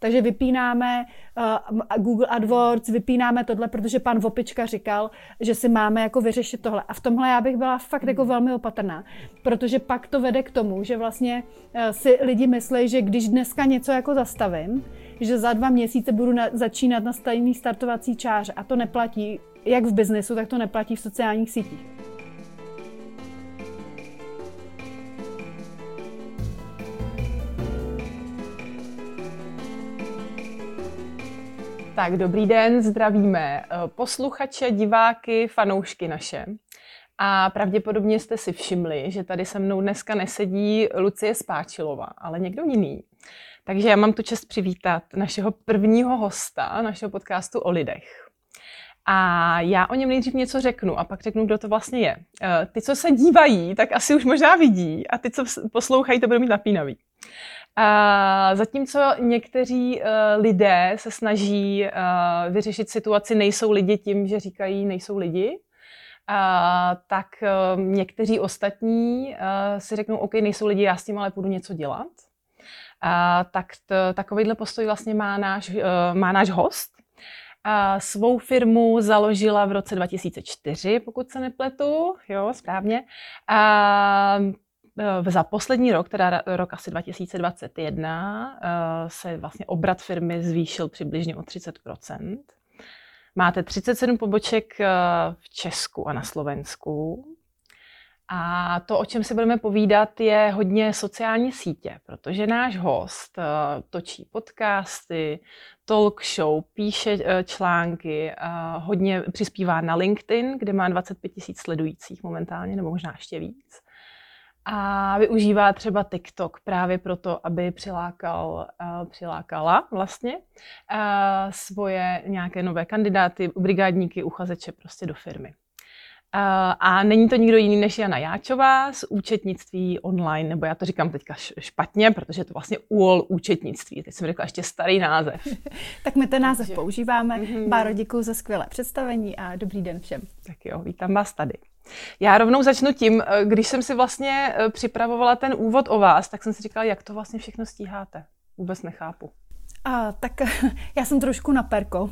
Takže vypínáme Google AdWords, vypínáme tohle, protože pan Vopička říkal, že si máme jako vyřešit tohle. A v tomhle já bych byla fakt jako velmi opatrná, protože pak to vede k tomu, že vlastně si lidi myslí, že když dneska něco jako zastavím, že za 2 měsíce budu začínat na stejný startovací čáře. A to neplatí jak v biznesu, tak to neplatí v sociálních sítích. Tak, dobrý den, zdravíme posluchače, diváky, fanoušky naše. A pravděpodobně jste si všimli, že tady se mnou dneska nesedí Lucie Spáčilová, ale někdo jiný. Takže já mám tu čest přivítat našeho prvního hosta, našeho podcastu o lidech. A já o něm nejdřív něco řeknu a pak řeknu, kdo to vlastně je. Ty, co se dívají, tak asi už možná vidí a ty, co poslouchají, to budou mít napínavý. Zatímco někteří lidé se snaží vyřešit situaci nejsou lidi tím, že říkají nejsou lidi, tak někteří ostatní si řeknou, OK, nejsou lidi, já s tím ale půjdu něco dělat. Takovýhle postoj vlastně má náš host. Svou firmu založila v roce 2004, pokud se nepletu, jo, správně. Za poslední rok, teda rok asi 2021, se vlastně obrat firmy zvýšil přibližně o 30%. Máte 37 poboček v Česku a na Slovensku. A to, o čem si budeme povídat, je hodně sociální sítě, protože náš host točí podcasty, talk show, píše články, hodně přispívá na LinkedIn, kde má 25 000 sledujících momentálně, nebo možná ještě víc. A využívá třeba TikTok právě proto, aby přilákala vlastně svoje nějaké nové kandidáty, brigádníky, uchazeče prostě do firmy. A není to nikdo jiný než Jana Jáčová z účetnictví online, nebo já to říkám teďka špatně, protože je to vlastně UOL účetnictví. Teď jsem řekla ještě starý název. Tak my ten název používáme. Báro, děkuji za skvělé představení a dobrý den všem. Tak jo, vítám vás tady. Já rovnou začnu tím, když jsem si vlastně připravovala ten úvod o vás, tak jsem si říkala, jak to vlastně všechno stíháte. Vůbec nechápu. Tak já jsem trošku na perko.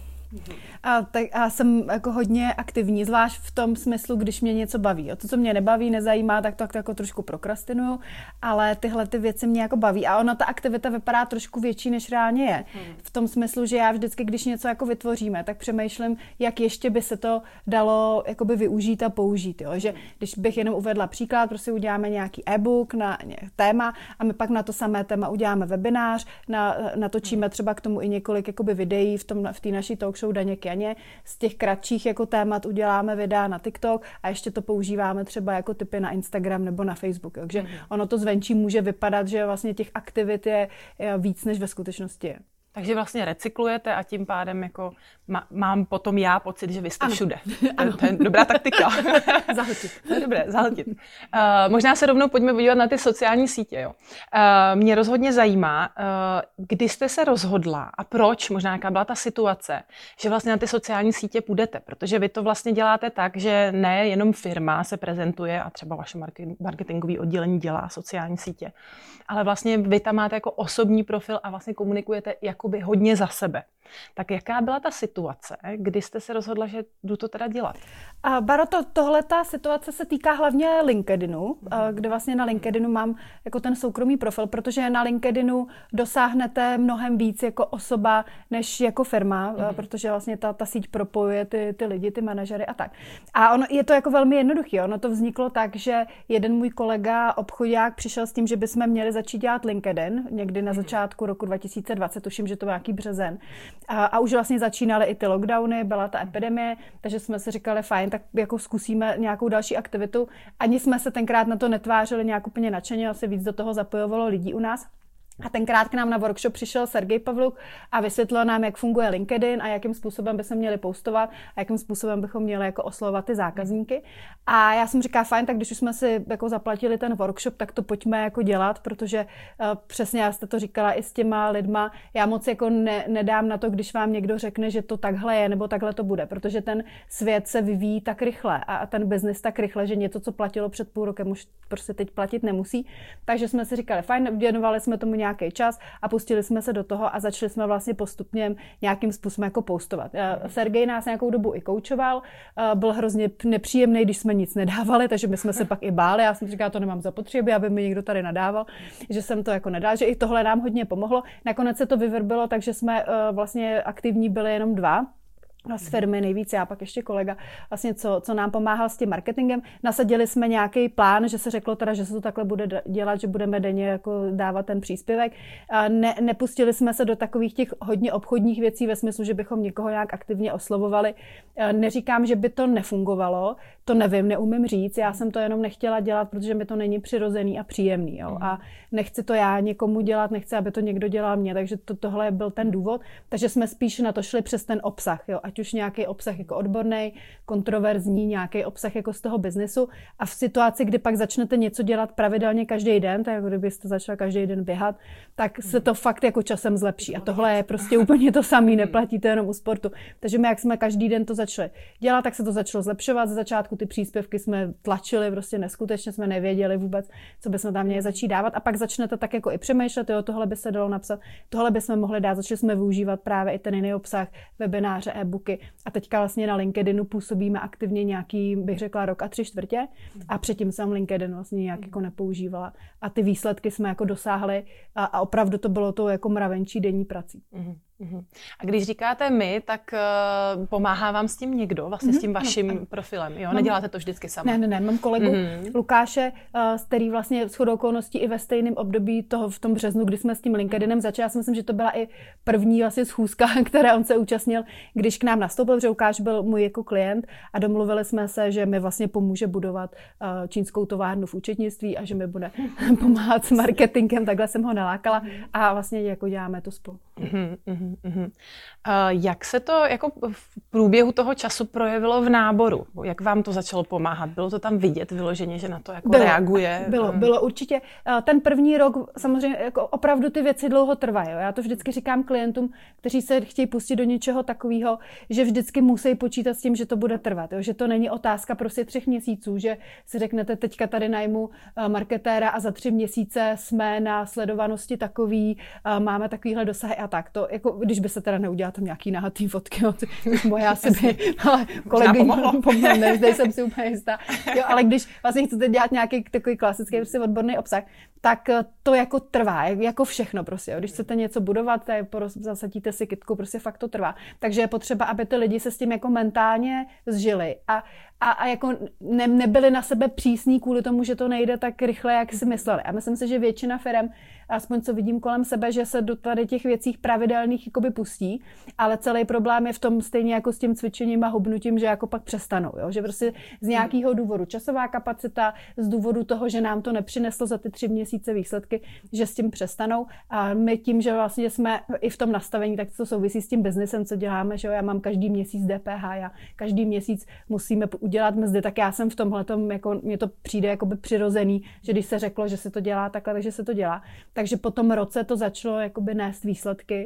A jsem jako hodně aktivní, zvlášť v tom smyslu, když mě něco baví. A to, co mě nebaví, nezajímá, tak to jako trošku prokrastinuju, ale tyhle ty věci mě jako baví. A ona ta aktivita vypadá trošku větší, než reálně je. V tom smyslu, že já vždycky, když něco jako vytvoříme, tak přemýšlím, jak ještě by se to dalo jakoby využít a použít. Jo? Že když bych jenom uvedla příklad, prostě uděláme nějaký e-book na téma a my pak na to samé téma uděláme webinář, natočíme třeba k tomu i několik jakoby videí v té naší talk show Daně Kjaně. Z těch kratších jako témat uděláme videa na TikTok a ještě to používáme třeba jako tipy na Instagram nebo na Facebook. Takže ono to zvenčí může vypadat, že vlastně těch aktivit je víc, než ve skutečnosti je. Takže vlastně recyklujete a tím pádem jako mám potom já pocit, že vy jste všude. To je dobrá taktika. Zahltit. To je dobré, zahltit. Možná se rovnou pojďme podívat na ty sociální sítě. Jo. Mě rozhodně zajímá, kdy jste se rozhodla a proč, možná jaká byla ta situace, že vlastně na ty sociální sítě půjdete. Protože vy to vlastně děláte tak, že ne jenom firma se prezentuje a třeba vaše marketingové oddělení dělá sociální sítě, ale vlastně vy tam máte jako osobní profil a vlastně komunikujete jakoby hodně za sebe. Tak jaká byla ta situace, kdy jste se rozhodla, že jdu to teda dělat? Baro, tohle ta situace se týká hlavně LinkedInu, kde vlastně na LinkedInu mám jako ten soukromý profil, protože na LinkedInu dosáhnete mnohem víc jako osoba, než jako firma, protože vlastně ta síť propojuje ty lidi, ty manažery a tak. A ono je to jako velmi jednoduché. Ono to vzniklo tak, že jeden můj kolega, obchodák, přišel s tím, že bychom měli začít dělat LinkedIn někdy na začátku roku 2020, tuším, že to byl nějaký březen. A už vlastně začínaly i ty lockdowny, byla ta epidemie, takže jsme si říkali, fajn, tak jako zkusíme nějakou další aktivitu. Ani jsme se tenkrát na to netvářili nějak úplně nadšeně, asi víc do toho zapojovalo lidí u nás. A tenkrát k nám na workshop přišel Sergej Pavluk a vysvětlil nám, jak funguje LinkedIn a jakým způsobem bychom měli postovat a jakým způsobem bychom měli jako oslovovat ty zákazníky. A já jsem říkala, fajn, tak když už jsme si jako zaplatili ten workshop, tak to pojďme jako dělat, protože přesně já jste to říkala i s těma lidma, já moc jako nedám na to, když vám někdo řekne, že to takhle je nebo takhle to bude, protože ten svět se vyvíjí tak rychle a ten biznis tak rychle, že něco, co platilo před půl rokem, už prostě teď platit nemusí. Takže jsme si říkali, fajn, věnovali jsme tomu nějaký nějaký čas a pustili jsme se do toho a začali jsme vlastně postupně nějakým způsobem jako postovat. Sergej nás nějakou dobu i koučoval, byl hrozně nepříjemný, když jsme nic nedávali, takže my jsme se pak i báli. Já jsem říkala, to nemám zapotřebí, aby mi někdo tady nadával, že jsem to jako nedala, že i tohle nám hodně pomohlo. Nakonec se to vyvrbilo, takže jsme vlastně aktivní byli jenom 2. Z firmy nejvíc, já pak ještě kolega, vlastně co nám pomáhal s tím marketingem. Nasadili jsme nějaký plán, že se řeklo teda, že se to takhle bude dělat, že budeme denně jako dávat ten příspěvek. Nepustili jsme se do takových těch hodně obchodních věcí ve smyslu, že bychom někoho nějak aktivně oslovovali. Neříkám, že by to nefungovalo, to nevím, neumím říct, já jsem to jenom nechtěla dělat, protože mi to není přirozený a příjemný. Jo? A nechci to já někomu dělat, nechci, aby to někdo dělal mě, takže tohle byl ten důvod. Takže jsme spíš na to šli přes ten obsah, jo? Ať už nějaký obsah jako odborný, kontroverzní, nějaký obsah jako z toho biznesu. A v situaci, kdy pak začnete něco dělat pravidelně každý den, tak jako kdybyste začala každý den běhat, tak se to fakt jako časem zlepší. A tohle je prostě úplně to samé, neplatí to jenom u sportu. Takže my, jak jsme každý den to začali dělat, tak se to začalo zlepšovat. Ze začátku ty příspěvky jsme tlačili, prostě neskutečně jsme nevěděli vůbec, co bychom tam měli začít dávat. A pak začnete tak jako i přemýšlet, jo, tohle by se dalo napsat, tohle bychom mohli dát. Začali jsme využívat právě i ten jiný obsah, webináře, e-booky. A teďka vlastně na LinkedInu působíme aktivně nějaký, bych řekla, rok a 3/4. A předtím jsem LinkedIn vlastně nějak jako nepoužívala. A ty výsledky jsme jako dosáhli a opravdu to bylo to jako mravenčí denní prací. A když říkáte my, tak pomáhá vám s tím někdo, vlastně s tím vaším profilem, jo? Neděláte to vždycky sama? Ne, mám kolegu Lukáše, který vlastně shodou okolností i ve stejném období v tom březnu, kdy jsme s tím LinkedInem začali. Já si myslím, že to byla i první vlastně schůzka, které on se účastnil, když k nám nastoupil, protože Lukáš byl můj jako klient a domluvili jsme se, že mi vlastně pomůže budovat čínskou továrnu v účetnictví a že mi bude pomáhat s marketingem, takhle jsem ho nalákala a vlastně jako děláme to spolu. Jak se to jako v průběhu toho času projevilo v náboru? Jak vám to začalo pomáhat? Bylo to tam vidět vyloženě, že na to jako reaguje? Bylo určitě. Ten první rok samozřejmě jako opravdu ty věci dlouho trvají. Já to vždycky říkám klientům, kteří se chtějí pustit do něčeho takového, že vždycky musí počítat s tím, že to bude trvat. Jo? Že to není otázka prostě 3 měsíců, že si řeknete, teďka tady najmu marketéra a za 3 měsíce jsme na sledovanosti takový, máme takovýhle dosahy a tak. To jako, když by se teda neudělala tam nějaký nahatý fotky, no, to moje asi by, ale kolegyně pomohlo, nejsem si úplně jistá. Jo, ale když vlastně chcete dělat nějaký takový klasický prostě odborný obsah, tak to jako trvá, jako všechno prostě. Jo. Když chcete něco budovat, zasadíte si kytku, prostě fakt to trvá. Takže je potřeba, aby ty lidi se s tím jako mentálně zžili a jako nebyli na sebe přísní kvůli tomu, že to nejde tak rychle, jak si mysleli. A myslím si, že většina firem, aspoň co vidím kolem sebe, že se do tady těch věcí pravidelných jakoby pustí, ale celý problém je v tom stejně jako s tím cvičením a hubnutím, že jako pak přestanou. Jo? Že prostě z nějakého důvodu časová kapacita, z důvodu toho, že nám to nepřineslo za ty 3 měsíce výsledky, že s tím přestanou. A my tím, že vlastně jsme i v tom nastavení, tak to souvisí s tím biznesem, co děláme, že jo? Já mám každý měsíc DPH, já každý měsíc musíme udělat mzdy, tak já jsem v tomhletom, jako mně to přijde jakoby přirozený, že když se řeklo, že se to dělá takhle, takže se to dělá. Takže po tom roce to začalo jakoby nést výsledky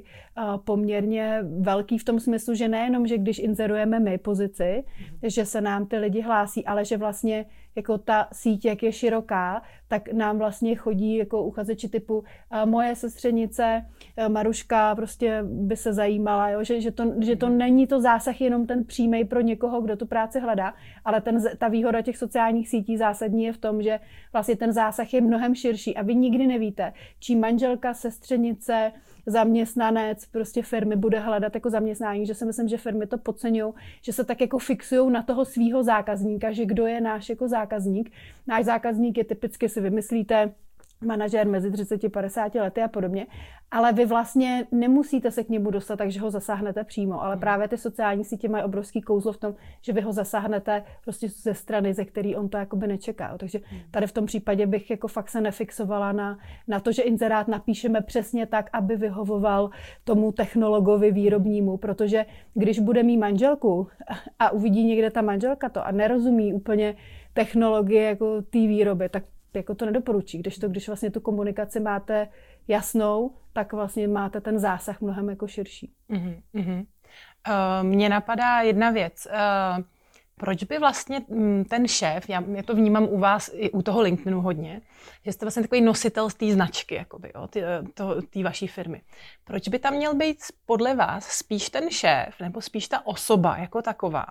poměrně velký v tom smyslu, že nejenom, že když inzerujeme my pozici, že se nám ty lidi hlásí, ale že vlastně jako ta síť, jak je široká, tak nám vlastně chodí jako uchazeči typu moje sestřenice, Maruška prostě by se zajímala, jo? Že to není to zásah jenom ten přímej pro někoho, kdo tu práci hledá, ale ta výhoda těch sociálních sítí zásadní je v tom, že vlastně ten zásah je mnohem širší a vy nikdy nevíte, čí manželka, sestřenice, zaměstnanec prostě firmy bude hledat jako zaměstnání, že si myslím, že firmy to podceňují, že se tak jako fixují na toho svýho zákazníka, že kdo je náš jako zákazník. Náš zákazník je typicky, si vymyslíte, manažer mezi 30-50 lety a podobně, ale vy vlastně nemusíte se k němu dostat, takže ho zasáhnete přímo, ale právě ty sociální sítě mají obrovský kouzlo v tom, že vy ho zasáhnete prostě ze strany, ze který on to jakoby nečeká. Takže tady v tom případě bych jako fakt se nefixovala na to, že inzerát napíšeme přesně tak, aby vyhovoval tomu technologovi výrobnímu, protože když bude mít manželku a uvidí někde ta manželka to a nerozumí úplně technologie jako té výroby, tak jako to nedoporučí. Když vlastně tu komunikaci máte jasnou, tak vlastně máte ten zásah mnohem jako širší. Mně napadá jedna věc. proč by vlastně ten šéf, já to vnímám u vás i u toho LinkedInu hodně, že jste vlastně takový nositel z té značky, jakoby, té vaší firmy. Proč by tam měl být podle vás spíš ten šéf, nebo spíš ta osoba jako taková,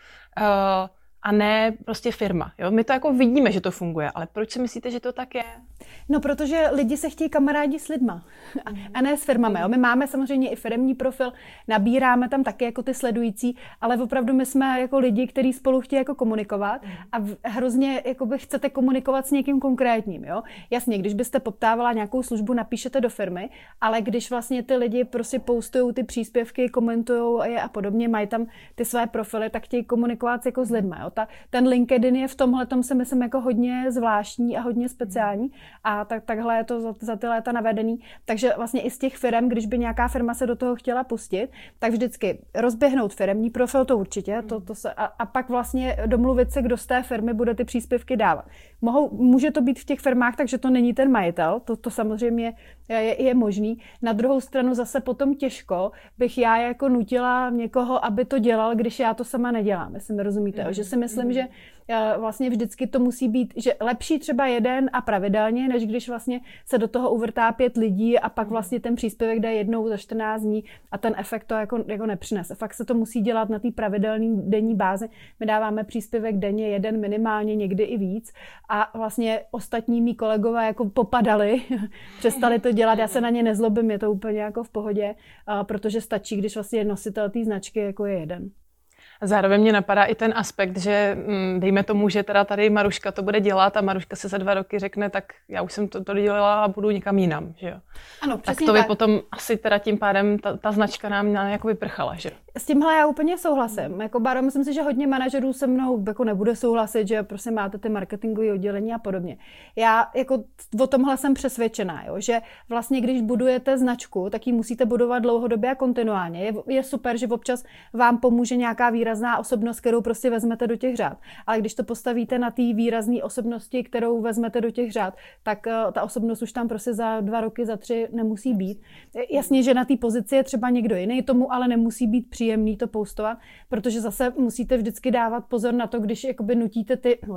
a ne prostě firma. Jo? My to jako vidíme, že to funguje, ale proč si myslíte, že to tak je? No, protože lidi se chtějí kamarádi s lidma a ne s firmami. Jo? My máme samozřejmě i firemní profil, nabíráme tam taky jako ty sledující, ale opravdu my jsme jako lidi, kteří spolu chtějí jako komunikovat a hrozně jakoby chcete komunikovat s někým konkrétním. Jo? Jasně, když byste poptávala nějakou službu, napíšete do firmy, ale když vlastně ty lidi prostě postují ty příspěvky, komentujou je a podobně, mají tam ty své profily, tak chtějí komunikovat jako s lidma. Jo? Ten LinkedIn je v tomhletom si myslím jako hodně zvláštní a hodně speciální a takhle je to za ty léta navedený. Takže vlastně i z těch firem, když by nějaká firma se do toho chtěla pustit, tak vždycky rozběhnout firemní profil, to určitě, a pak vlastně domluvit se, kdo z té firmy bude ty příspěvky dávat. Může to být v těch firmách, takže to není ten majitel, to samozřejmě je možný. Na druhou stranu zase potom těžko bych já jako nutila někoho, aby to dělal, když já to sama nedělám, jestli mi rozumíte. Že si myslím, že vlastně vždycky to musí být, že lepší třeba jeden a pravidelně, než když vlastně se do toho uvrtá 5 lidí a pak vlastně ten příspěvek jde jednou za 14 dní a ten efekt to jako nepřinese. Fakt se to musí dělat na té pravidelné denní bázi. My dáváme příspěvek denně, jeden minimálně, někdy i víc a vlastně ostatní mý kolegové jako popadali, přestali to dělat, já se na ně nezlobím, je to úplně jako v pohodě, protože stačí, když vlastně nositel té značky jako je jeden. Zároveň mě napadá i ten aspekt, že dejme tomu, že teda tady Maruška to bude dělat a Maruška si za 2 roky řekne, tak já už jsem to dělala a budu někam jinam, že jo. Ano, tak to by potom asi teda tím pádem ta značka nám jako vyprchala, že jo. S tímhle já úplně souhlasím. Jako Báro, myslím si, že hodně manažerů se mnou jako nebude souhlasit, že prostě máte ty marketingové oddělení a podobně. Já jako o tomhle jsem přesvědčená, jo, že vlastně když budujete značku, tak ji musíte budovat dlouhodobě a kontinuálně. Je super, že občas vám pomůže nějaká výrazná osobnost, kterou prostě vezmete do těch řád. Ale když to postavíte na té výrazné osobnosti, kterou vezmete do těch řád, tak ta osobnost už tam prostě za 2 roky, za 3 nemusí být. Jasně, že na té pozici je třeba někdo jiný, tomu ale nemusí být příjemný to postovat, protože zase musíte vždycky dávat pozor na to, když jakoby nutíte,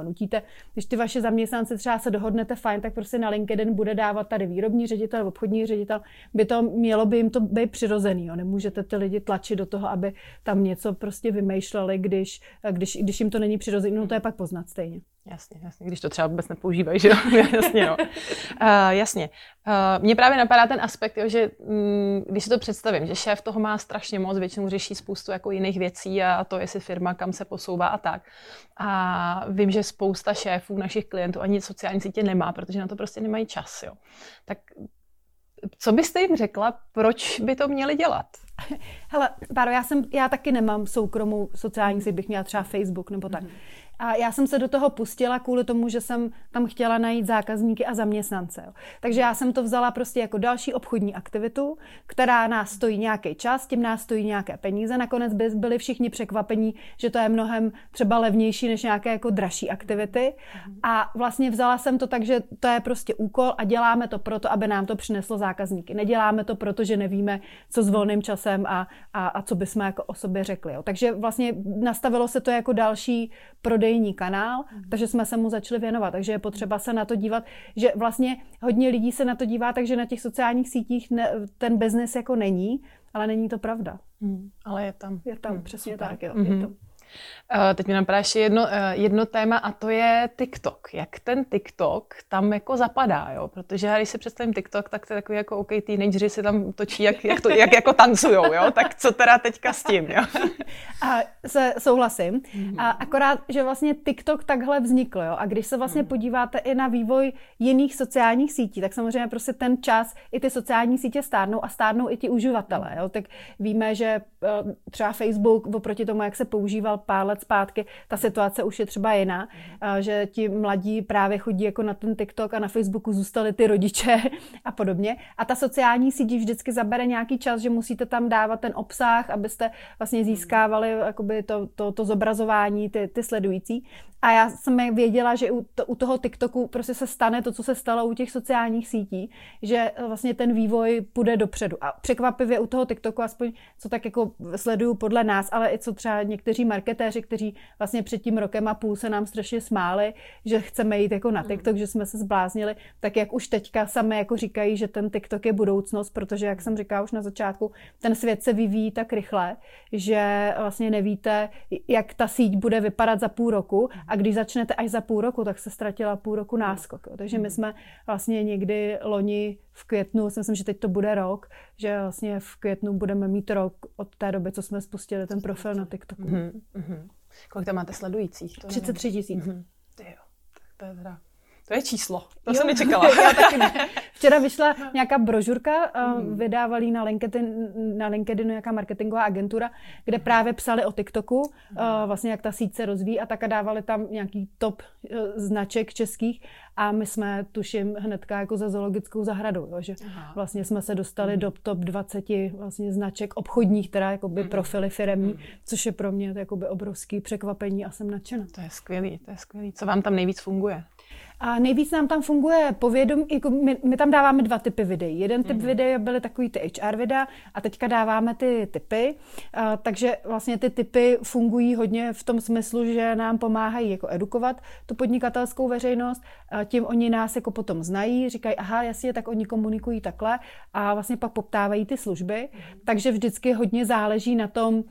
když ty vaše zaměstnance třeba se dohodnete fajn, tak prostě na LinkedIn bude dávat tady výrobní ředitel, obchodní ředitel, mělo by jim to být přirozený, jo. Nemůžete ty lidi tlačit do toho, aby tam něco prostě vymýšleli, když jim to není přirozený, no to je pak poznat stejně. Jasně, když to třeba vůbec nepoužívají, že jo? Jasně, no. Jasně. Mně právě napadá ten aspekt, jo, že když si to představím, že šéf toho má strašně moc, většinou řeší spoustu jako jiných věcí a to, jestli firma kam se posouvá a tak. A vím, že spousta šéfů našich klientů ani sociální sítě nemá, protože na to prostě nemají čas, jo. Tak co byste jim řekla, proč by to měli dělat? Hele, Báro, já taky nemám soukromou sociální síť, bych měla třeba Facebook nebo tak. A já jsem se do toho pustila kvůli tomu, že jsem tam chtěla najít zákazníky a zaměstnance. Jo. Takže já jsem to vzala prostě jako další obchodní aktivitu, která nás stojí nějaký čas, tím nás stojí nějaké peníze. Nakonec byli všichni překvapení, že to je mnohem třeba levnější než nějaké jako dražší aktivity. A vlastně vzala jsem to tak, že to je prostě úkol a děláme to proto, aby nám to přineslo zákazníky. Neděláme to proto, že nevíme, co s volným časem a co bychom jako o sobě řekli. Jo. Takže vlastně nastavilo se to jako další prodejní kanál, takže jsme se mu začali věnovat. Takže je potřeba se na to dívat, že vlastně hodně lidí se na to dívá, takže na těch sociálních sítích ten biznes jako není, ale není to pravda. Ale je tam. Je tam, přesně super. tak. Jo, je to. Teď mi napadá ještě jedno téma a to je TikTok. Jak ten TikTok tam jako zapadá, jo? Protože já když si představím TikTok, tak to je takový jako OK, teenageři se tam točí, jak jako tancujou, jo? Tak co teda teďka s tím, jo? A souhlasím. A akorát, že vlastně TikTok takhle vznikl, jo? A když se vlastně podíváte i na vývoj jiných sociálních sítí, tak samozřejmě prostě ten čas i ty sociální sítě stárnou a stárnou i ti uživatelé, jo? Tak víme, že třeba Facebook oproti tomu, jak se používal pár let zpátky, ta situace už je třeba jiná, že ti mladí právě chodí jako na ten TikTok a na Facebooku zůstali ty rodiče a podobně. A ta sociální síť vždycky zabere nějaký čas, že musíte tam dávat ten obsah, abyste vlastně získávali jakoby to zobrazování, ty sledující. A já jsem věděla, že u toho TikToku prostě se stane to, co se stalo u těch sociálních sítí, že vlastně ten vývoj půjde dopředu. A překvapivě u toho TikToku, aspoň co tak jako sleduju podle nás, ale i co třeba někteří marketéři marketéři, kteří vlastně před tím rokem a půl se nám strašně smáli, že chceme jít jako na TikTok, že jsme se zbláznili, tak jak už teďka sami jako říkají, že ten TikTok je budoucnost, protože jak jsem říkala už na začátku, ten svět se vyvíjí tak rychle, že vlastně nevíte, jak ta síť bude vypadat za půl roku a když začnete až za půl roku, tak se ztratila půl roku náskok. Takže my jsme vlastně někdy loni v květnu, myslím, že teď to bude rok, že vlastně v květnu budeme mít rok od té doby, co jsme spustili ten profil na TikToku. Kolik tam máte sledujících? 33 000. To je číslo. To jsem nečekala. Já taky ne. Včera vyšla nějaká brožurka, vydávali na LinkedInu nějaká marketingová agentura, kde právě psali o TikToku, vlastně jak ta síť se rozvíjí a tak a dávali tam nějaký top značek českých a my jsme, tuším, hnedka jako za zoologickou zahradou, jo, že vlastně jsme se dostali do top 20 vlastně značek obchodních, teda jakoby profily firemní, což je pro mě jakoby obrovský překvapení a jsem nadšená. To je skvělý. Co vám tam nejvíc funguje? A nejvíc nám tam funguje povědomí, jako my tam dáváme 2 typy videí. Jeden typ videí byly takový ty HR videa a teďka dáváme ty typy, takže vlastně ty typy fungují hodně v tom smyslu, že nám pomáhají jako edukovat tu podnikatelskou veřejnost, tím oni nás jako potom znají, říkají, aha, jasně, tak oni komunikují takhle a vlastně pak poptávají ty služby, takže vždycky hodně záleží na tom,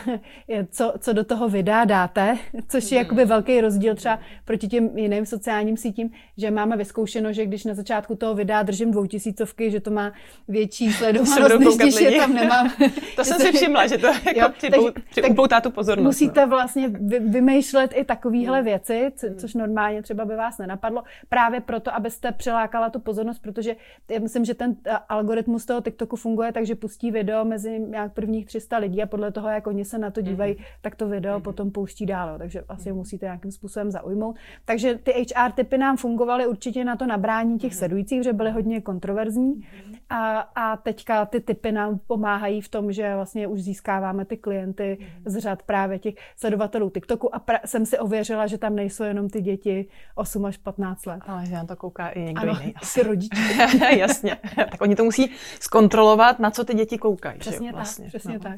co do toho videa dáte, což je jakoby velký rozdíl třeba proti těm jiným sociálním sítím, že máme vyzkoušeno, že když na začátku toho videa držím 2000, že to že větší sledovanost, než když je tam nemám. To jsem si všimla, že to jako upoutá tu pozornost. Musíte vlastně vymýšlet i takovéhle věci, což normálně třeba by vás nenapadlo, právě proto, abyste přilákala tu pozornost, protože já myslím, že ten algoritmus toho TikToku funguje, takže pustí video mezi nějak prvních 300 lidí a podle toho, jak oni se na to dívají, tak to video potom pouští dál, takže vlastně musíte nějakým způsobem zaujmout. Takže ty HR typy nám fungovaly určitě na to nabrání těch sledujících, že byly hodně kontroverzní a teďka ty typy nám pomáhají v tom, že vlastně už získáváme ty klienty z řad právě těch sledovatelů TikToku a jsem si ověřila, že tam nejsou jenom ty děti 8 až 15 let. Ale že na to kouká i někdo jiný. Asi rodiče. Jasně. Tak oni to musí zkontrolovat, na co ty děti koukají. Přesně tak, vlastně. přesně tak.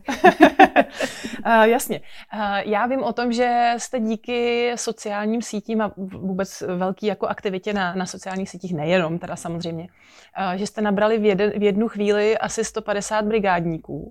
Jasně. Já vím o tom, že jste díky sociálním sítím a vůbec velký jako aktivitě na sociálních sítích, nejenom teda samozřejmě, že jste nabrali v jednu chvíli asi 150 brigádníků.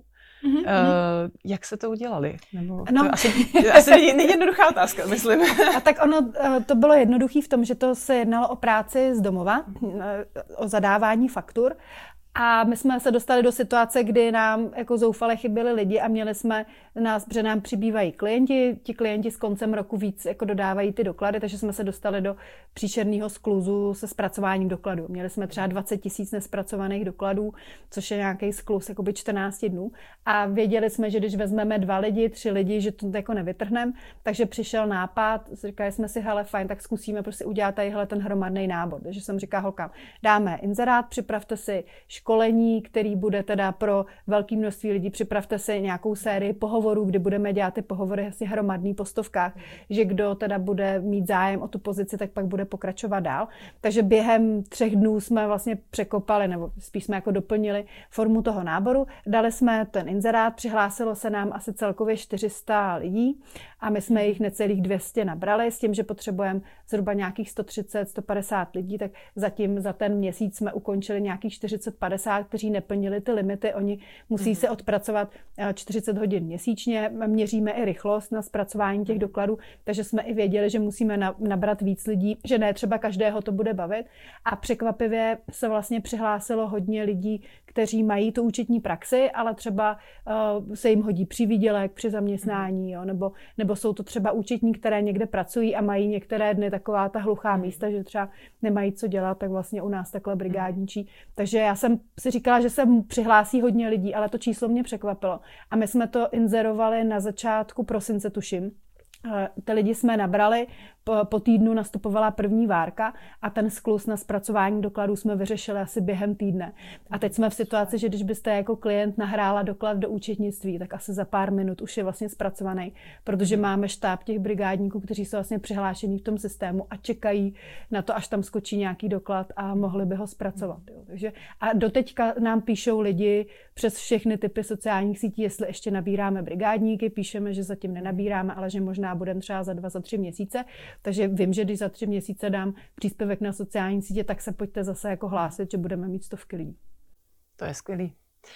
Jak se to udělali? Nebo to asi není jednoduchá otázka, myslím. A tak ono, to bylo jednoduché v tom, že to se jednalo o práci z domova, o zadávání faktur. A my jsme se dostali do situace, kdy nám jako zoufale chyběli lidi a měli jsme protože nám přibývají klienti, ti klienti s koncem roku víc jako dodávají ty doklady, takže jsme se dostali do příšerného skluzu se zpracováním dokladů. Měli jsme třeba 20 000 nespracovaných dokladů, což je nějaký skluz jakoby 14 dnů a věděli jsme, že když vezmeme 2 lidi, 3 lidi, že to jako nevytrhneme, takže přišel nápad, říkali jsme si, hele fajn, tak zkusíme prostě udělat tadyhle ten hromadný nábor. Takže jsem říkala holkám, dáme inzerát, připravte si školení, který bude teda pro velké množství lidí, připravte si nějakou sérii pohovorů, kdy budeme dělat ty pohovory asi hromadný po stovkách, že kdo teda bude mít zájem o tu pozici, tak pak bude pokračovat dál. Takže během 3 dnů jsme vlastně překopali, nebo spíš jsme jako doplnili formu toho náboru. Dali jsme ten inzerát, přihlásilo se nám asi celkově 400 lidí a my jsme jich necelých 200 nabrali s tím, že potřebujeme zhruba nějakých 130-150 lidí, tak zatím za ten měsíc jsme ukončili nějakých 40-50, kteří neplnili ty limity. Oni musí se odpracovat 40 hodin měsíčně, měříme i rychlost na zpracování těch dokladů, takže jsme i věděli, že musíme nabrat víc lidí, že ne třeba každého to bude bavit. A překvapivě se vlastně přihlásilo hodně lidí, kteří mají tu účetní praxi, ale třeba se jim hodí přivýdělek při zaměstnání, jo, nebo jsou to třeba účetní, které někde pracují a mají některé dny taková ta hluchá místa, že třeba nemají co dělat, tak vlastně u nás takhle brigádničí. Takže já jsem si říkala, že se přihlásí hodně lidí, ale to číslo mě překvapilo. A my jsme to inzerovali na začátku prosince, tuším. Ty lidi jsme nabrali, po týdnu nastupovala první várka a ten skluz na zpracování dokladů jsme vyřešili asi během týdne. A teď jsme v situaci, že když byste jako klient nahrála doklad do účetnictví, tak asi za pár minut už je vlastně zpracovaný, protože máme štáb těch brigádníků, kteří jsou vlastně přihlášení v tom systému a čekají na to, až tam skočí nějaký doklad a mohli by ho zpracovat. Jo. Takže, a doteďka nám píšou lidi přes všechny typy sociálních sítí, jestli ještě nabíráme brigádníky, píšeme, že zatím nenabíráme, ale že možná budeme třeba za 2, za 3 měsíce. Takže vím, že když za 3 měsíce dám příspěvek na sociální sítě, tak se pojďte zase jako hlásit, že budeme mít 100 lidí. To je skvělý.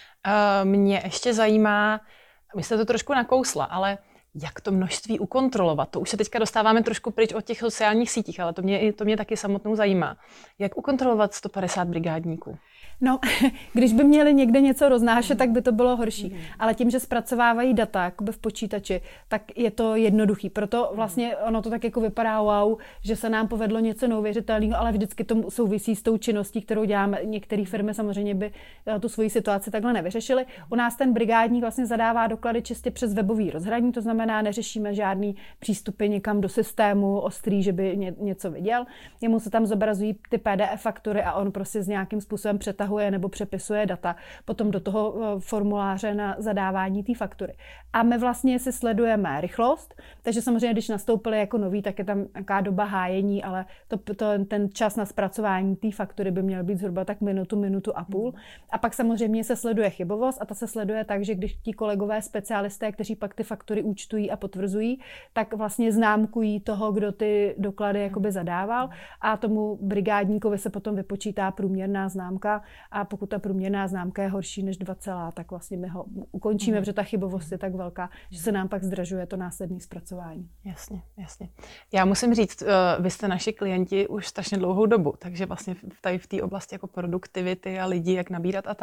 Mě ještě zajímá, vy jste to trošku nakousla, ale jak to množství ukontrolovat? To už se teďka dostáváme trošku pryč od těch sociálních sítích, ale to mě taky samotnou zajímá. Jak ukontrolovat 150 brigádníků? No, když by měli někde něco roznášet, tak by to bylo horší. Ale tím, že zpracovávají data jakoby v počítači, tak je to jednoduchý. Proto vlastně ono to tak jako vypadá wow, že se nám povedlo něco neuvěřitelného, ale vždycky to souvisí s tou činností, kterou děláme. Některé firmy samozřejmě by tu svoji situaci takhle nevyřešily. U nás ten brigádník vlastně zadává doklady čistě přes webový rozhraní, to znamená, neřešíme žádný přístupy někam do systému ostrý, že by něco viděl. Jemu se tam zobrazují ty PDF faktury a on prostě s nějakým způsobem přetahuje nebo přepisuje data potom do toho formuláře na zadávání té faktury. A my vlastně si sledujeme rychlost, takže samozřejmě, když nastoupili jako noví, tak je tam nějaká doba hájení, ale ten čas na zpracování té faktury by měl být zhruba tak minutu a půl. A pak samozřejmě se sleduje chybovost a ta se sleduje tak, že když ti kolegové specialisté, kteří pak ty faktury účtují a potvrzují, tak vlastně známkují toho, kdo ty doklady jakoby zadával a tomu brigádníkovi se potom vypočítá průměrná známka. A pokud ta průměrná známka je horší než 2, tak vlastně my ho ukončíme, protože ta chybovost je tak velká, že se nám pak zdražuje to následné zpracování. Jasně. Já musím říct, vy jste naši klienti už strašně dlouhou dobu, takže vlastně tady v té oblasti jako produktivity a lidi, jak nabírat a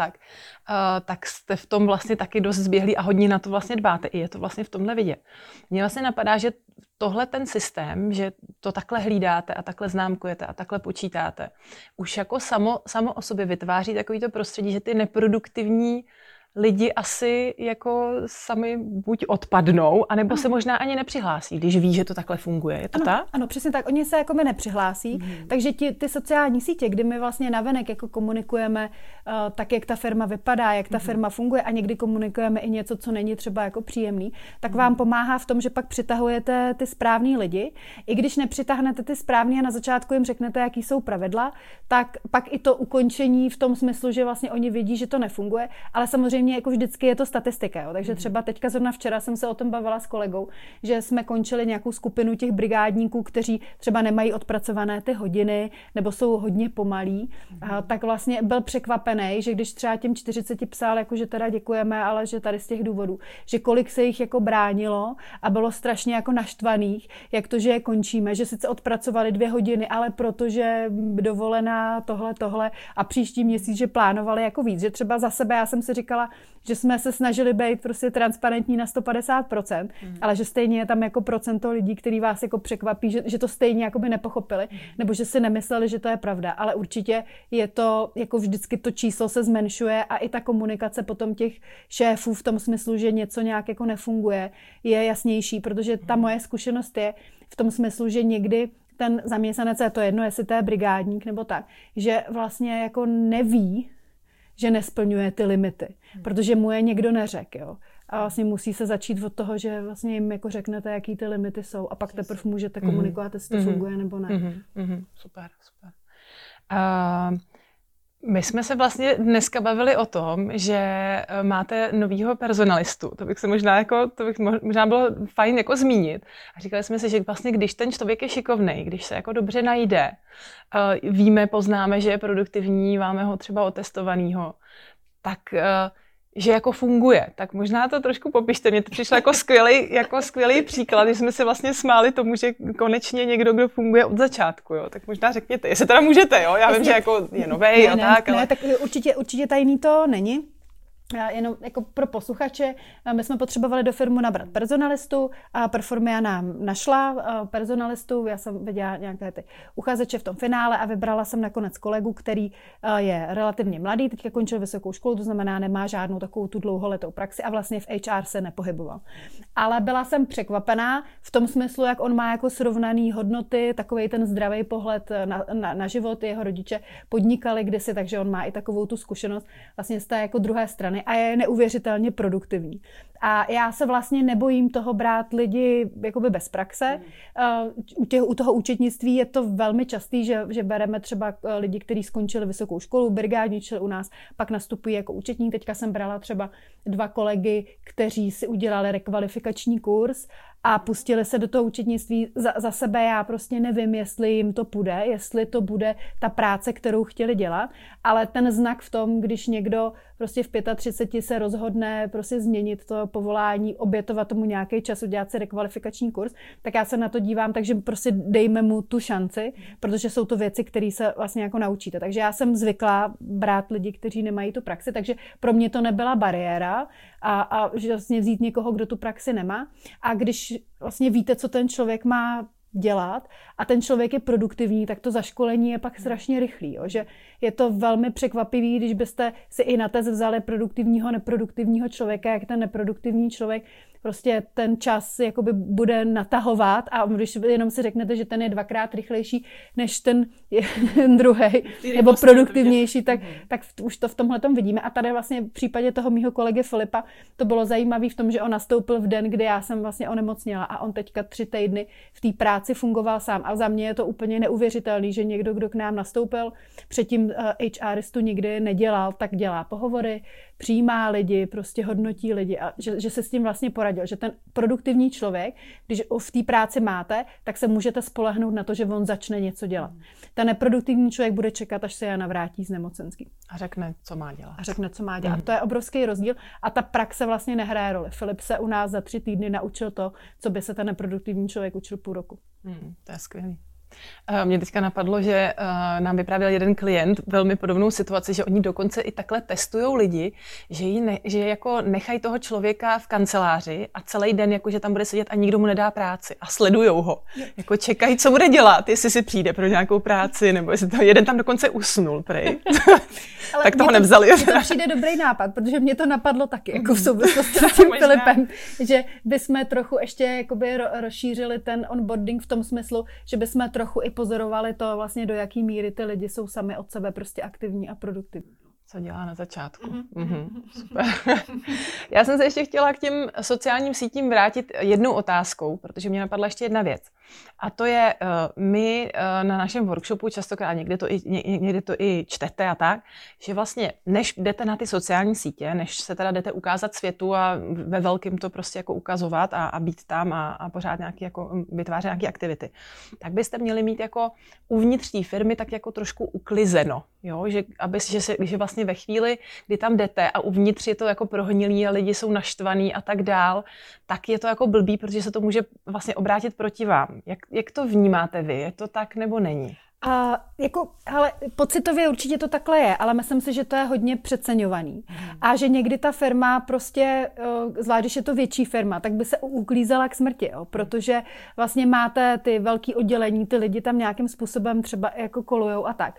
tak jste v tom vlastně taky dost zběhlí a hodně na to vlastně dbáte. I je to vlastně v tomhle vidět. Mně vlastně napadá, že tohle ten systém, že to takhle hlídáte a takhle známkujete a takhle počítáte, už jako samo o sobě vytváří takovýto prostředí, že ty neproduktivní lidi asi jako sami buď odpadnou, anebo se možná ani nepřihlásí, když ví, že to takhle funguje. Je to tak? Ano, přesně tak. Oni se jako my nepřihlásí, takže ty sociální sítě, kdy my vlastně navenek jako komunikujeme tak, jak ta firma vypadá, jak ta firma funguje a někdy komunikujeme i něco, co není třeba jako příjemný, tak vám pomáhá v tom, že pak přitahujete ty správný lidi. I když nepřitáhnete ty správný a na začátku jim řeknete, jaký jsou pravidla, tak pak i to ukončení v tom smyslu, že vlastně oni vědí, že to nefunguje, ale samozřejmě jako vždycky je to statistika, jo. Takže třeba teďka zrovna včera jsem se o tom bavila s kolegou, že jsme končili nějakou skupinu těch brigádníků, kteří třeba nemají odpracované ty hodiny nebo jsou hodně pomalí, tak vlastně byl překvapený, že když třeba těm 40 psal, jako že teda děkujeme, ale že tady z těch důvodů, že kolik se jich jako bránilo a bylo strašně jako naštvaných, jak to, že je končíme, že sice odpracovali 2 hodiny, ale protože dovolená tohle a příští měsíc, že plánovali jako víc, že třeba za sebe já jsem si říkala, že jsme se snažili být prostě transparentní na 150%, ale že stejně je tam jako procento lidí, který vás jako překvapí, že to stejně jako by nepochopili, nebo že si nemysleli, že to je pravda, ale určitě je to, jako vždycky to číslo se zmenšuje a i ta komunikace potom těch šéfů v tom smyslu, že něco nějak jako nefunguje, je jasnější, protože ta moje zkušenost je v tom smyslu, že někdy ten zaměstnanec, je to jedno, jestli to je brigádník nebo tak, že vlastně jako neví, že nesplňuje ty limity, protože mu je někdo neřekl, jo. A vlastně musí se začít od toho, že vlastně jim jako řeknete, jaký ty limity jsou a pak teprve můžete komunikovat, jestli to funguje nebo ne. Super. My jsme se vlastně dneska bavili o tom, že máte novýho personalistu. To bych možná bylo fajn jako zmínit. A říkali jsme si, že vlastně když ten člověk je šikovnej, když se jako dobře najde, poznáme, že je produktivní, máme ho třeba otestovanýho, tak že jako funguje. Tak možná to trošku popište. Mně to přišlo jako skvělý příklad, když jsme se vlastně smáli tomu, že konečně někdo, kdo funguje od začátku. Jo. Tak možná řekněte, jestli teda můžete. Jo? Já vím, že jako je novej a tak. Ale... Ne, tak určitě tajný to není. Jenom jako pro posluchače, my jsme potřebovali do firmu nabrat personalistu a Performia nám našla personalistu, já jsem viděla nějaké ty uchazeče v tom finále a vybrala jsem nakonec kolegu, který je relativně mladý, teďka končil vysokou školu, to znamená nemá žádnou takovou tu dlouholetou praxi a vlastně v HR se nepohyboval. ale byla jsem překvapená v tom smyslu, jak on má jako srovnaný hodnoty, takovej ten zdravý pohled na život, jeho rodiče podnikali kdysi, takže on má i takovou tu zkušenost vlastně z té jako druhé strany a je neuvěřitelně produktivní. A já se vlastně nebojím toho brát lidi jakoby bez praxe. U toho účetnictví je to velmi častý, že bereme třeba lidi, kteří skončili vysokou školu, brigádničili u nás, pak nastupují jako účetní. Teďka jsem brala třeba 2 kolegy, kteří si udělali rekvalifikační kurz a pustili se do toho účetnictví. Za sebe já prostě nevím, jestli jim to půjde, jestli to bude ta práce, kterou chtěli dělat, ale ten znak v tom, když někdo prostě v 35 se rozhodne prostě změnit to povolání, obětovat tomu nějaký čas, udělat si rekvalifikační kurz, tak já se na to dívám, takže prostě dejme mu tu šanci, protože jsou to věci, které se vlastně jako naučíte. Takže já jsem zvyklá brát lidi, kteří nemají tu praxi, takže pro mě to nebyla bariéra a že vlastně vzít někoho, kdo tu praxi nemá. A když vlastně víte, co ten člověk má dělat a ten člověk je produktivní, tak to zaškolení je pak strašně rychlý. Jo? Že je to velmi překvapivý, když byste si i na test vzali produktivního, neproduktivního člověka, jak ten neproduktivní člověk prostě ten čas jakoby bude natahovat a když jenom si řeknete, že ten je 2krát rychlejší než ten druhej, nebo produktivnější, tak už to v tomhletom vidíme. A tady vlastně v případě toho mýho kolegy Filipa to bylo zajímavé v tom, že on nastoupil v den, kdy já jsem vlastně onemocněla a on teďka 3 týdny v té práci fungoval sám. A za mě je to úplně neuvěřitelný, že někdo, kdo k nám nastoupil, předtím HRistu nikdy nedělal, tak dělá pohovory, přijímá lidi, prostě hodnotí lidi a že se s tím vlastně poradil, že ten produktivní člověk, když v té práci máte, tak se můžete spolehnout na to, že on začne něco dělat. Ten neproduktivní člověk bude čekat, až se Jana vrátí z nemocenský. A řekne, co má dělat. A to je obrovský rozdíl a ta praxe vlastně nehraje roli. Filip se u nás za 3 týdny naučil to, co by se ten neproduktivní člověk učil půl roku. To je skvělý. Mně teďka napadlo, že nám vyprávěl jeden klient velmi podobnou situaci, že oni dokonce i takhle testujou lidi, že jako nechají toho člověka v kanceláři a celý den jako, že tam bude sedět a nikdo mu nedá práci a sledujou ho. Jako čekají, co bude dělat, jestli si přijde pro nějakou práci, nebo jestli to jeden tam dokonce usnul, prej. Tak toho nevzali. Mně to přijde dobrý nápad, protože mě to napadlo taky, jako v souvislosti s tím Filipem, že bychom trochu ještě jakoby rozšířili ten onboarding v tom smyslu, že bychom trochu i pozorovali to vlastně, do jaký míry ty lidi jsou sami od sebe prostě aktivní a produktivní. Co dělá na začátku. Super. Já jsem se ještě chtěla k těm sociálním sítím vrátit jednou otázkou, protože mě napadla ještě jedna věc. A to je, my na našem workshopu častokrát, někdy to i čtete a tak, že vlastně než jdete na ty sociální sítě, než se teda jdete ukázat světu a ve velkým to prostě jako ukazovat a být tam a pořád nějaký jako vytvářet nějaké aktivity, tak byste měli mít jako uvnitř té firmy tak jako trošku uklizeno, jo? Že vlastně ve chvíli, kdy tam jdete a uvnitř je to jako prohnilý a lidi jsou naštvaný a tak dál, tak je to jako blbý, protože se to může vlastně obrátit proti vám. Jak to vnímáte vy? Je to tak nebo není? Ale pocitově určitě to takhle je, ale myslím si, že to je hodně přeceňovaný. A že někdy ta firma prostě, zvlášť když je to větší firma, tak by se uklízela k smrti, jo? Protože vlastně máte ty velký oddělení, ty lidi tam nějakým způsobem třeba jako kolujou a tak.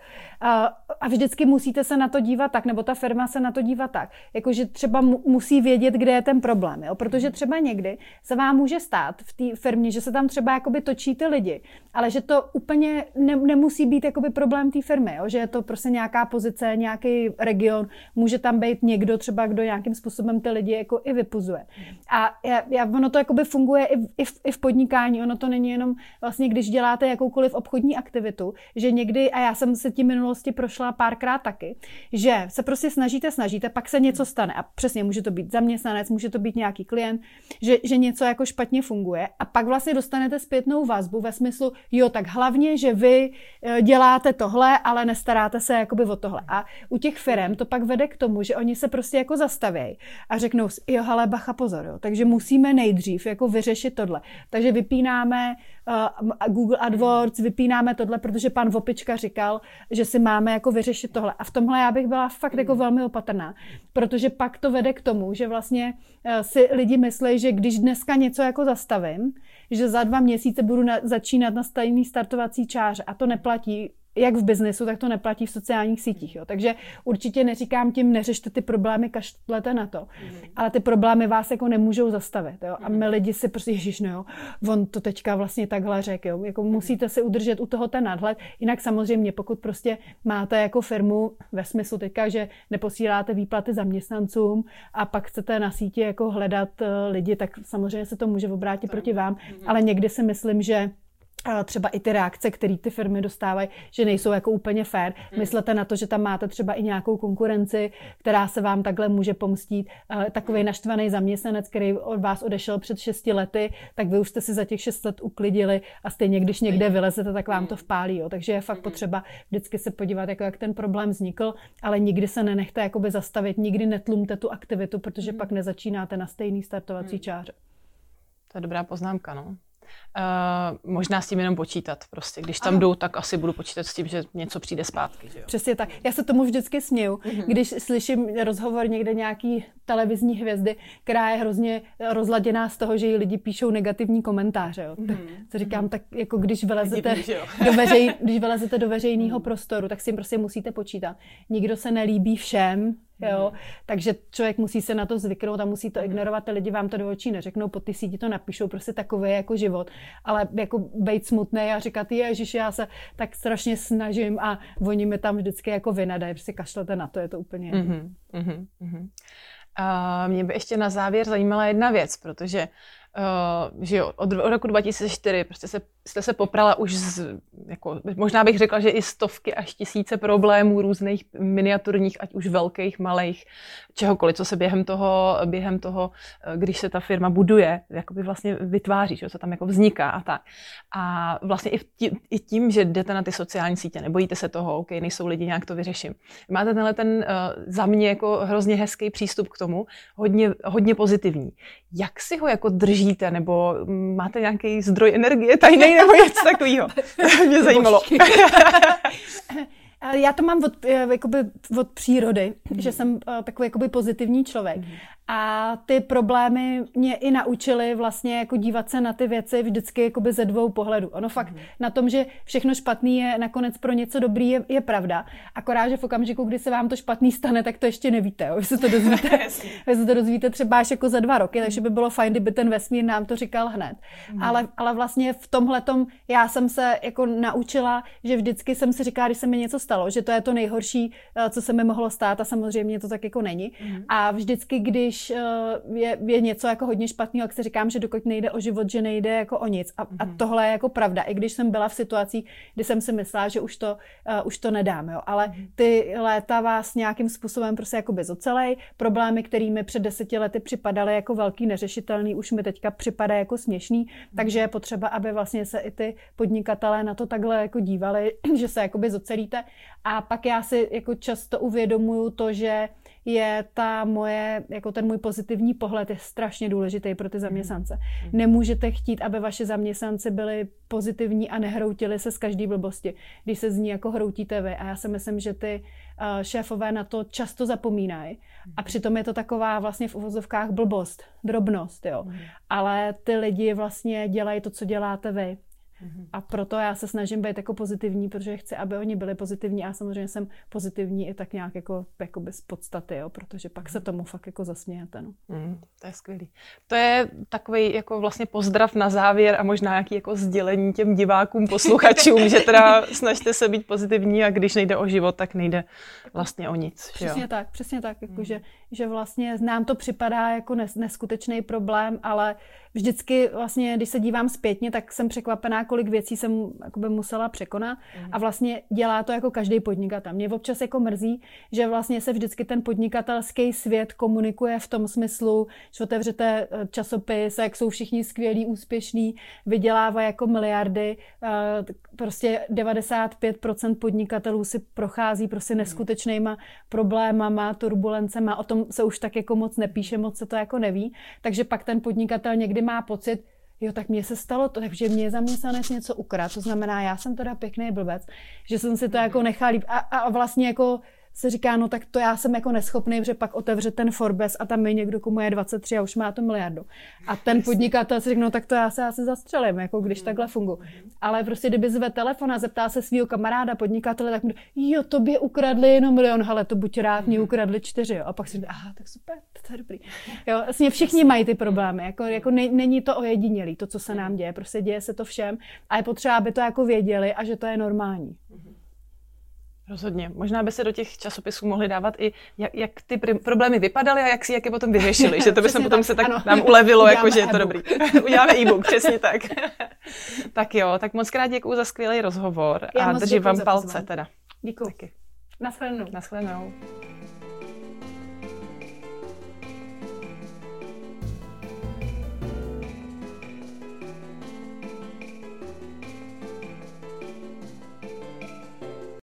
A vždycky musíte se na to dívat tak, nebo ta firma se na to dívá tak, jakože třeba musí vědět, kde je ten problém, jo? Protože třeba někdy se vám může stát v té firmě, že se tam třeba jakoby točí ty lidi, ale že to úplně nemusí být jakoby problém té firmy, jo? Že je to prostě nějaká pozice, nějaký region, může tam být někdo třeba, kdo nějakým způsobem ty lidi jako i vypuzuje. A ono to jakoby funguje i v podnikání, ono to není jenom vlastně, když děláte jakoukoliv obchodní aktivitu, že někdy, a já jsem se tím minulosti prošla párkrát taky, že se prostě snažíte, pak se něco stane a přesně může to být zaměstnanec, může to být nějaký klient, že něco jako špatně funguje a pak vlastně dostanete zpětnou vazbu ve smyslu, jo, tak hlavně, že vy děláte tohle, ale nestaráte se jakoby o tohle. A u těch firem to pak vede k tomu, že oni se prostě jako zastavějí a řeknou si, jo, hele, bacha, pozor, jo, takže musíme nejdřív jako vyřešit tohle. Takže vypínáme Google AdWords, vypínáme tohle, protože pan Vopička říkal, že si máme jako vyřešit tohle. A v tomhle já bych byla fakt jako velmi opatrná, protože pak to vede k tomu, že vlastně si lidi myslí, že když dneska něco jako zastavím, že za 2 měsíce budu začínat na stejný startovací čáře a to neplatí jak v biznesu, tak to neplatí v sociálních sítích. Jo. Takže určitě neříkám tím, neřešte ty problémy, kašlete na to. Ale ty problémy vás jako nemůžou zastavit. Jo. A my lidi si prostě, ježiš, no jo, on to teďka vlastně takhle řekl. Jo. Jako musíte si udržet u toho ten nadhled. Jinak samozřejmě, pokud prostě máte jako firmu ve smyslu teďka, že neposíláte výplaty zaměstnancům a pak chcete na síti jako hledat lidi, tak samozřejmě se to může obrátit proti vám. Ale někdy si myslím, že třeba i ty reakce, které ty firmy dostávají, že nejsou jako úplně fair. Myslete na to, že tam máte třeba i nějakou konkurenci, která se vám takhle může pomstít. Takovej naštvaný zaměstnanec, který od vás odešel před 6 lety, tak vy už jste si za těch 6 let uklidili a stejně, když někde vylezete, tak vám to vpálí. Jo. Takže je fakt potřeba vždycky se podívat, jako jak ten problém vznikl, ale nikdy se nenechte jakoby zastavit, nikdy netlumte tu aktivitu, protože pak nezačínáte na stejný startovací čáře. To je dobrá poznámka, no. Možná s tím jenom počítat prostě. Když tam jdu, tak asi budu počítat s tím, že něco přijde zpátky. Že jo? Přesně tak. Já se tomu vždycky směju, když slyším rozhovor někde nějaký televizní hvězdy, která je hrozně rozladěná z toho, že jí lidi píšou negativní komentáře. Jo. Tak to říkám, tak jako když vylezete do veřejného prostoru, tak si jim prostě musíte počítat. Nikdo se nelíbí všem, jo? Takže člověk musí se na to zvyknout a musí to ignorovat. Ty lidi vám to do očí neřeknou, pod ty síti to napíšou, prostě takový jako život. Ale jako bejt smutnej a říkat, ježiš, já se tak strašně snažím a oni mi tam vždycky jako vynadají, prostě kašlete na to, je to úplně Mě by ještě na závěr zajímala jedna věc, protože že jo, od roku 2004 prostě jste se poprala už jako, možná bych řekla, že i stovky až tisíce problémů různých miniaturních, ať už velkých, malých, čehokoliv, co se během toho, když se ta firma buduje, jakoby vlastně vytváří, že, co tam jako vzniká a tak. A vlastně i tím, že jdete na ty sociální sítě, nebojíte se toho, OK, nejsou lidi, nějak to vyřeším. Máte tenhle ten za mě jako hrozně hezký přístup k tomu, hodně pozitivní. Jak si ho jako držíte, nebo máte nějaký zdroj energie tajnej, nebo něco takového? Mě zajímalo. Já to mám od přírody, že jsem takový jakoby pozitivní člověk. A ty problémy mě i naučily vlastně jako dívat se na ty věci vždycky jakoby ze dvou pohledů. Ono fakt na tom, že všechno špatný je nakonec pro něco dobrý, je pravda. Akorát, že v okamžiku, kdy se vám to špatný stane, tak to ještě nevíte. Jo? Vy se to dozvíte třeba až jako za 2 roky, takže by bylo fajn, kdyby ten vesmír nám to říkal hned. Ale vlastně v tomhletom já jsem se jako naučila, že vždycky jsem si říkala, když se mi něco stalo, že to je to nejhorší, co se mi mohlo stát a samozřejmě to tak jako není. A vždycky, když je něco jako hodně špatného, jak si říkám, že dokud nejde o život, že nejde jako o nic. A tohle je jako pravda. I když jsem byla v situacích, kdy jsem si myslela, že už to nedám. Jo. Ale ty léta vás nějakým způsobem prostě jakoby zocelej. Problémy, které mi před 10 lety připadaly jako velký, neřešitelný, už mi teďka připadají jako směšný. Takže je potřeba, aby vlastně se i ty podnikatelé na to takhle jako dívali, že se jakoby zocelíte. A pak já si jako často uvědomuju to, že je ten můj pozitivní pohled je strašně důležitý pro ty zaměstnance. Nemůžete chtít, aby vaši zaměstnanci byli pozitivní a nehroutili se z každý blbosti, když se z ní jako hroutíte vy. A já si myslím, že ty šéfové na to často zapomínají. A přitom je to taková vlastně v uvozovkách blbost, drobnost, jo. Ale ty lidi vlastně dělají to, co děláte vy. A proto já se snažím být jako pozitivní, protože chci, aby oni byli pozitivní a samozřejmě jsem pozitivní i tak nějak jako bez podstaty, jo, protože pak se tomu fakt jako zasmějete. No. To je skvělý. To je takový jako vlastně pozdrav na závěr a možná nějaký jako sdělení těm divákům, posluchačům, že teda snažte se být pozitivní a když nejde o život, tak nejde vlastně o nic. Přesně tak, jako že vlastně nám to připadá jako neskutečný problém, ale vždycky vlastně, když se dívám zpětně, tak jsem překvapená, kolik věcí jsem jakoby musela překonat a vlastně dělá to jako každý podnikatel. Mě občas jako mrzí, že vlastně se vždycky ten podnikatelský svět komunikuje v tom smyslu, že otevřete časopis, jak jsou všichni skvělí, úspěšní, vydělávají jako miliardy. Prostě 95% podnikatelů si prochází prostě neskutečnýma problémama, turbulencema, o tom se už tak jako moc nepíše, moc se to jako neví. Takže pak ten podnikatel někdy má pocit, jo, tak mně se stalo to, takže mě zaměstnanec něco ukradl, to znamená, já jsem teda pěkný blbec, že jsem si to jako nechal líp a vlastně jako se říká, no tak to já jsem jako neschopný, že pak otevře ten Forbes a tam je někdo, komu je 23 a už má to miliardu. A ten podnikatel si řekne, no tak to já se asi zastřelím, jako když takhle fungu. Ale prostě kdyby zve telefon a zeptá se svého kamaráda podnikatele, tak mu jo, tobě ukradli jenom 1 milion, hele, to buď rád, mě ukradli 4, jo. A pak si říká, aha, tak super, to je dobrý. Jo, vlastně všichni mají ty problémy, jako není to ojedinělý, to, co se nám děje, prostě děje se to všem a je potřeba, aby to jako věděli a že to je normální. Rozhodně. Možná by se do těch časopisů mohli dávat i, jak ty problémy vypadaly a jak je potom vyřešili, že to by se potom se tak nám ulevilo, jako že je to dobrý. Uděláme e-book, přesně tak. Tak jo, tak moc krát děkuju za skvělý rozhovor a držím vám palce teda. Děkuju. Naschledanou. Naschledanou.